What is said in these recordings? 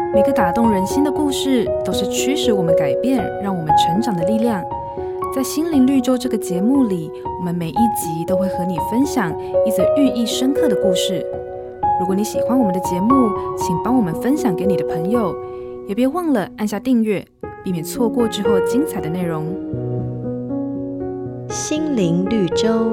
每个打动人心的故事都是驱使我们改变让我们成长的力量。在心灵绿洲这个节目里，我们每一集都会和你分享一则寓意深刻的故事。如果你喜欢我们的节目，请帮我们分享给你的朋友，也别忘了按下订阅，避免错过之后精彩的内容。 心灵绿洲。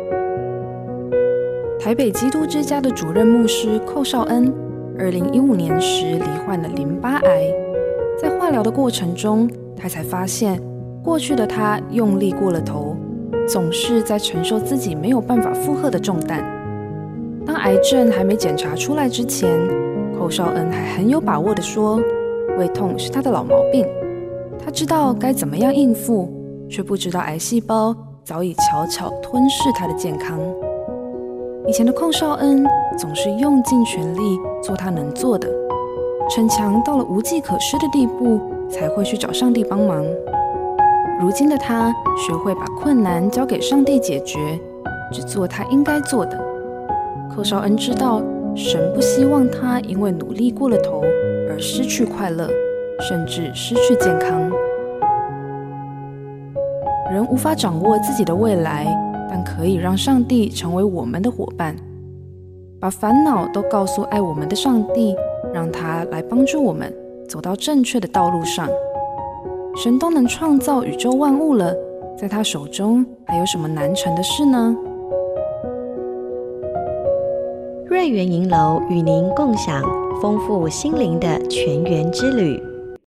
台北基督之家的主任牧师寇绍恩2015年时罹患了淋巴癌，在化疗的过程中，他才发现过去的他用力过了头，总是在承受自己没有办法负荷的重担。当癌症还没检查出来之前，寇绍恩还很有把握地说，胃痛是他的老毛病，他知道该怎么样应付，却不知道癌细胞早已悄悄吞噬他的健康。以前的寇绍恩总是用尽全力做他能做的，逞强到了无计可施的地步，才会去找上帝帮忙。如今的他学会把困难交给上帝解决，只做他应该做的。寇绍恩知道，神不希望他因为努力过了头而失去快乐，甚至失去健康。人无法掌握自己的未来，但可以让上帝成为我们的伙伴，把烦恼都告诉爱我们的上帝，让他来帮助我们走到正确的道路上。神都能创造宇宙万物了，在他手中还有什么难成的事呢？ 瑞园银楼与您共享丰富心灵的全员之旅。